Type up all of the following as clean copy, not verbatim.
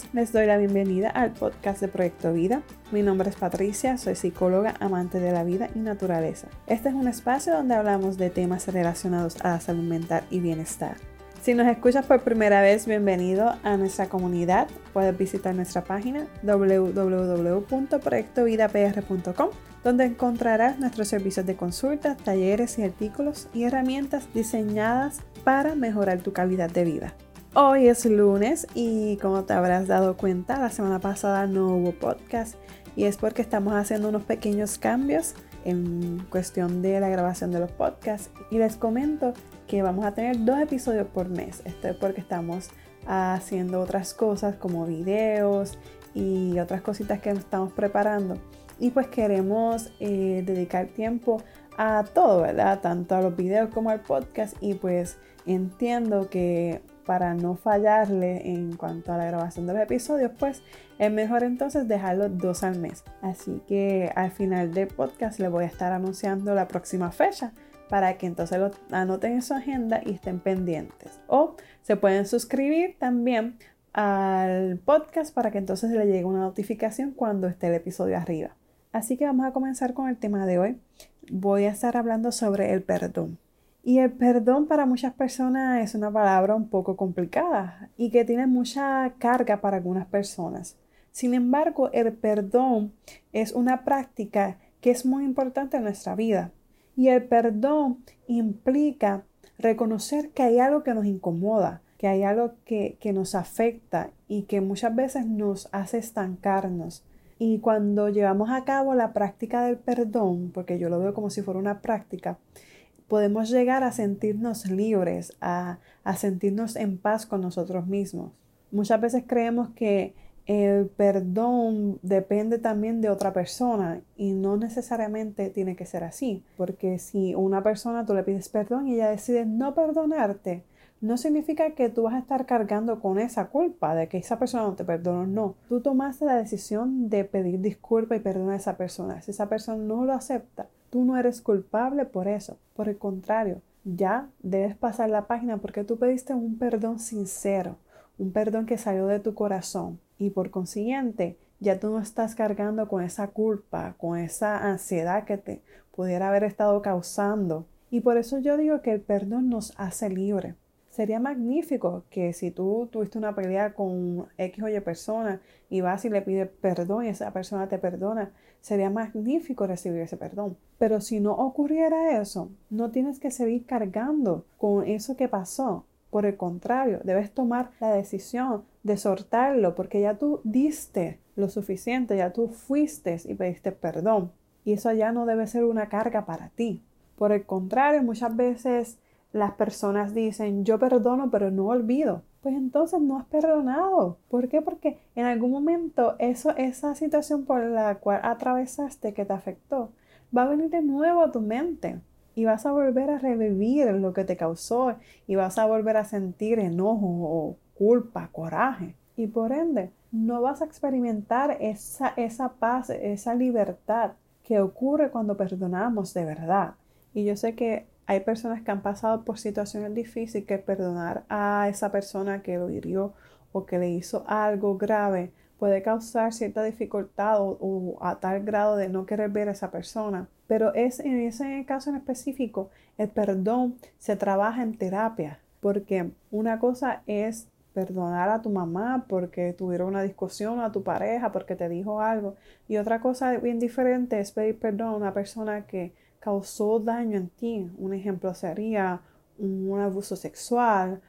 Les doy la bienvenida al podcast de Proyecto Vida. Mi nombre es Patricia, soy psicóloga, amante de la vida y naturaleza. Este es un espacio donde hablamos de temas relacionados a la salud mental y bienestar. Si nos escuchas por primera vez, bienvenido a nuestra comunidad. Puedes visitar nuestra página www.proyectovidapr.com, donde encontrarás nuestros servicios de consulta, talleres y artículos y herramientas diseñadas para mejorar tu calidad de vida. Hoy es lunes y como te habrás dado cuenta, la semana pasada no hubo podcast y es porque estamos haciendo unos pequeños cambios en cuestión de la grabación de los podcasts y les comento que vamos a tener 2 episodios por mes. Esto es porque estamos haciendo otras cosas como videos y otras cositas que estamos preparando y pues queremos dedicar tiempo a todo, ¿verdad? Tanto a los videos como al podcast y pues entiendo que para no fallarle en cuanto a la grabación de los episodios, pues es mejor entonces dejarlos 2 al mes. Así que al final del podcast les voy a estar anunciando la próxima fecha para que entonces lo anoten en su agenda y estén pendientes. O se pueden suscribir también al podcast para que entonces le llegue una notificación cuando esté el episodio arriba. Así que vamos a comenzar con el tema de hoy. Voy a estar hablando sobre el perdón. Y el perdón para muchas personas es una palabra un poco complicada y que tiene mucha carga para algunas personas. Sin embargo, el perdón es una práctica que es muy importante en nuestra vida. Y el perdón implica reconocer que hay algo que nos incomoda, que hay algo que nos afecta y que muchas veces nos hace estancarnos. Y cuando llevamos a cabo la práctica del perdón, porque yo lo veo como si fuera una práctica, podemos llegar a sentirnos libres, a sentirnos en paz con nosotros mismos. Muchas veces creemos que el perdón depende también de otra persona y no necesariamente tiene que ser así, porque si una persona tú le pides perdón y ella decide no perdonarte, no significa que tú vas a estar cargando con esa culpa de que esa persona no te perdonó, no. Tú tomaste la decisión de pedir disculpa y perdón a esa persona. Si esa persona no lo acepta, tú no eres culpable por eso. Por el contrario, ya debes pasar la página porque tú pediste un perdón sincero, un perdón que salió de tu corazón. Y por consiguiente, ya tú no estás cargando con esa culpa, con esa ansiedad que te pudiera haber estado causando. Y por eso yo digo que el perdón nos hace libre. Sería magnífico que si tú tuviste una pelea con X o Y persona y vas y le pides perdón y esa persona te perdona, sería magnífico recibir ese perdón. Pero si no ocurriera eso, no tienes que seguir cargando con eso que pasó. Por el contrario, debes tomar la decisión de soltarlo porque ya tú diste lo suficiente, ya tú fuiste y pediste perdón. Y eso ya no debe ser una carga para ti. Por el contrario, muchas veces las personas dicen, yo perdono pero no olvido. Pues entonces no has perdonado. ¿Por qué? Porque en algún momento esa situación por la cual atravesaste que te afectó va a venir de nuevo a tu mente. Y vas a volver a revivir lo que te causó y vas a volver a sentir enojo o culpa, coraje. Y por ende, no vas a experimentar esa paz, esa libertad que ocurre cuando perdonamos de verdad. Y yo sé que hay personas que han pasado por situaciones difíciles que perdonar a esa persona que lo hirió o que le hizo algo grave puede causar cierta dificultad o a tal grado de no querer ver a esa persona. Pero en ese caso en específico, el perdón se trabaja en terapia, porque una cosa es perdonar a tu mamá porque tuvieron una discusión, a tu pareja porque te dijo algo, y otra cosa bien diferente es pedir perdón a una persona que causó daño en ti. Un ejemplo sería un abuso sexual,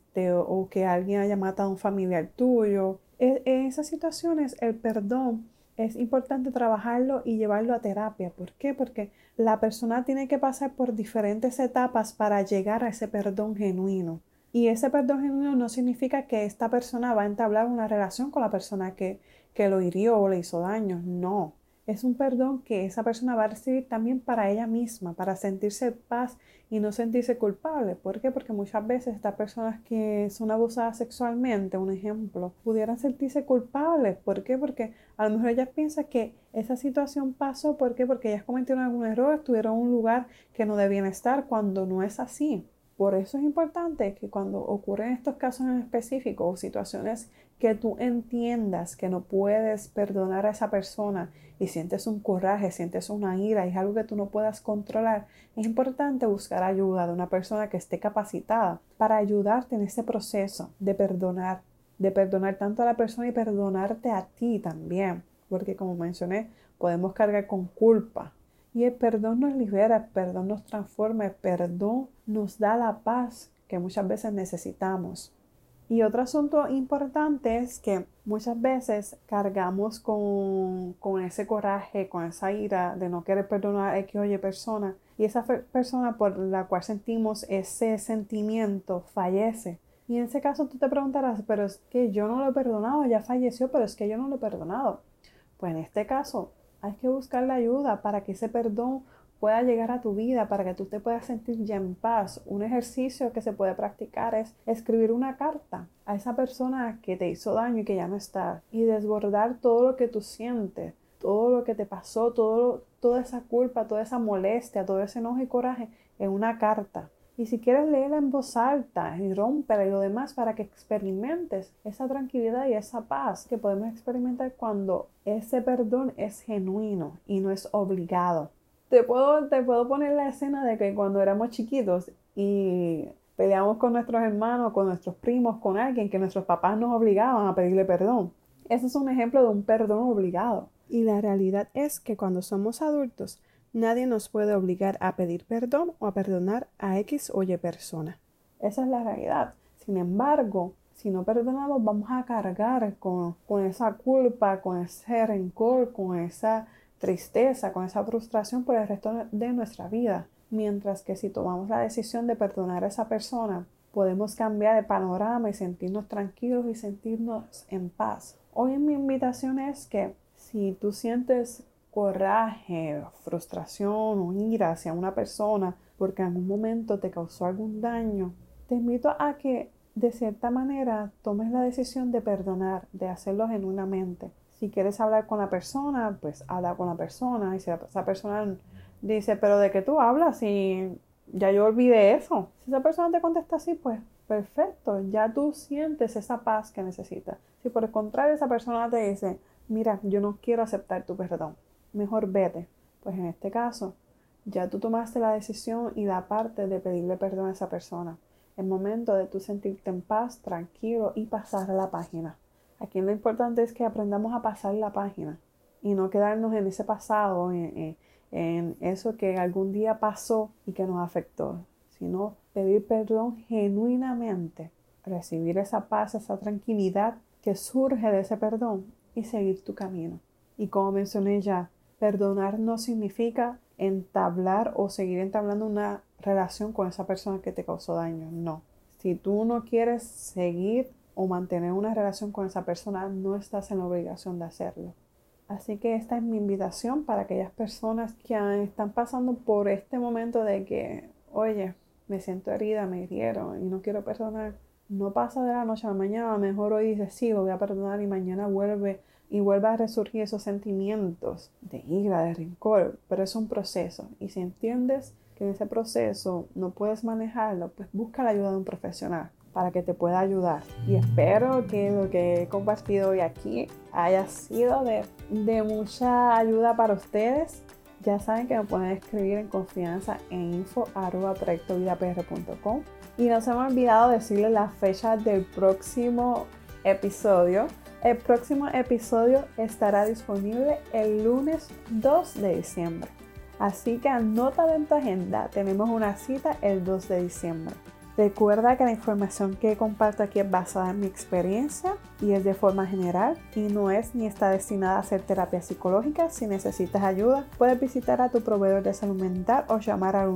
o que alguien haya matado a un familiar tuyo. En esas situaciones el perdón es importante trabajarlo y llevarlo a terapia. ¿Por qué? Porque la persona tiene que pasar por diferentes etapas para llegar a ese perdón genuino. Y ese perdón genuino no significa que esta persona va a entablar una relación con la persona que lo hirió o le hizo daño. No. Es un perdón que esa persona va a recibir también para ella misma, para sentirse paz y no sentirse culpable. ¿Por qué? Porque muchas veces estas personas que son abusadas sexualmente, un ejemplo, pudieran sentirse culpables. ¿Por qué? Porque a lo mejor ellas piensan que esa situación pasó. ¿Por qué? Porque ellas cometieron algún error, estuvieron en un lugar que no debían estar cuando no es así. Por eso es importante que cuando ocurren estos casos en específico o situaciones que tú entiendas que no puedes perdonar a esa persona y sientes un coraje, sientes una ira y es algo que tú no puedas controlar, es importante buscar ayuda de una persona que esté capacitada para ayudarte en ese proceso de perdonar tanto a la persona y perdonarte a ti también, porque como mencioné, podemos cargar con culpa. Y el perdón nos libera, el perdón nos transforma, el perdón nos da la paz que muchas veces necesitamos. Y otro asunto importante es que muchas veces cargamos con ese coraje, con esa ira de no querer perdonar a X o Y persona. Y esa persona por la cual sentimos ese sentimiento fallece. Y en ese caso tú te preguntarás, pero es que yo no lo he perdonado, ya falleció, pero es que yo no lo he perdonado. Pues en este caso hay que buscar la ayuda para que ese perdón pueda llegar a tu vida, para que tú te puedas sentir ya en paz. Un ejercicio que se puede practicar es escribir una carta a esa persona que te hizo daño y que ya no está, y desbordar todo lo que tú sientes, todo lo que te pasó, toda esa culpa, toda esa molestia, todo ese enojo y coraje en una carta. Y si quieres leerla en voz alta y rómpela y lo demás para que experimentes esa tranquilidad y esa paz que podemos experimentar cuando ese perdón es genuino y no es obligado. Te puedo poner la escena de que cuando éramos chiquitos y peleamos con nuestros hermanos, con nuestros primos, con alguien que nuestros papás nos obligaban a pedirle perdón. Ese es un ejemplo de un perdón obligado. Y la realidad es que cuando somos adultos, nadie nos puede obligar a pedir perdón o a perdonar a X o Y persona. Esa es la realidad. Sin embargo, si no perdonamos, vamos a cargar con esa culpa, con ese rencor, con esa tristeza, con esa frustración por el resto de nuestra vida. Mientras que si tomamos la decisión de perdonar a esa persona, podemos cambiar el panorama y sentirnos tranquilos y sentirnos en paz. Hoy mi invitación es que si tú sientes coraje, frustración o ira hacia una persona porque en algún momento te causó algún daño, te invito a que de cierta manera tomes la decisión de perdonar, de hacerlo genuinamente. Si quieres hablar con la persona, pues habla con la persona. Y si esa persona dice, pero ¿de qué tú hablas? Si ya yo olvidé eso. Si esa persona te contesta así, pues perfecto, ya tú sientes esa paz que necesitas. Si por el contrario esa persona te dice, mira, yo no quiero aceptar tu perdón, mejor vete. Pues en este caso, ya tú tomaste la decisión y la parte de pedirle perdón a esa persona. Es momento de tú sentirte en paz, tranquilo y pasar a la página. Aquí lo importante es que aprendamos a pasar la página y no quedarnos en ese pasado, en eso que algún día pasó y que nos afectó, sino pedir perdón genuinamente, recibir esa paz, esa tranquilidad que surge de ese perdón y seguir tu camino. Y como mencioné ya, perdonar no significa entablar o seguir entablando una relación con esa persona que te causó daño, no. Si tú no quieres seguir o mantener una relación con esa persona, no estás en la obligación de hacerlo. Así que esta es mi invitación para aquellas personas que están pasando por este momento de que, oye, me siento herida, me hirieron y no quiero perdonar. No pasa de la noche a la mañana, mejor hoy dices sí, lo voy a perdonar y mañana vuelve a resurgir esos sentimientos de ira, de rencor, pero es un proceso. Y si entiendes que en ese proceso no puedes manejarlo, pues busca la ayuda de un profesional para que te pueda ayudar. Y espero que lo que he compartido hoy aquí haya sido de mucha ayuda para ustedes. Ya saben que me pueden escribir en confianza en info@proyectovidapr.com. Y no se me ha olvidado decirles la fecha del próximo episodio. El próximo episodio estará disponible el lunes 2 de diciembre. Así que anota en tu agenda, tenemos una cita el 2 de diciembre. Recuerda que la información que comparto aquí es basada en mi experiencia y es de forma general y no es ni está destinada a hacer terapia psicológica. Si necesitas ayuda, puedes visitar a tu proveedor de salud mental o llamar al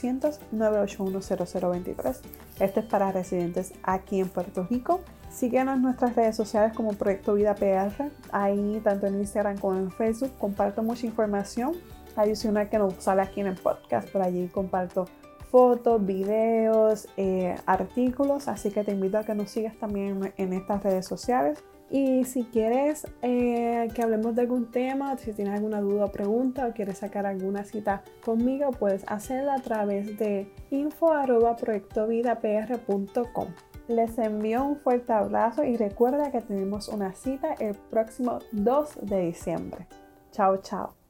1-800-981-0023. Esto es para residentes aquí en Puerto Rico. Síguenos en nuestras redes sociales como Proyecto Vida PR. Ahí, tanto en Instagram como en Facebook, comparto mucha información adicional que no sale aquí en el podcast. Por allí comparto fotos, videos, artículos, así que te invito a que nos sigas también en estas redes sociales. Y si quieres que hablemos de algún tema, si tienes alguna duda o pregunta o quieres sacar alguna cita conmigo, puedes hacerla a través de info@proyectovidapr.com. Les envío un fuerte abrazo y recuerda que tenemos una cita el próximo 2 de diciembre. Chao, chao.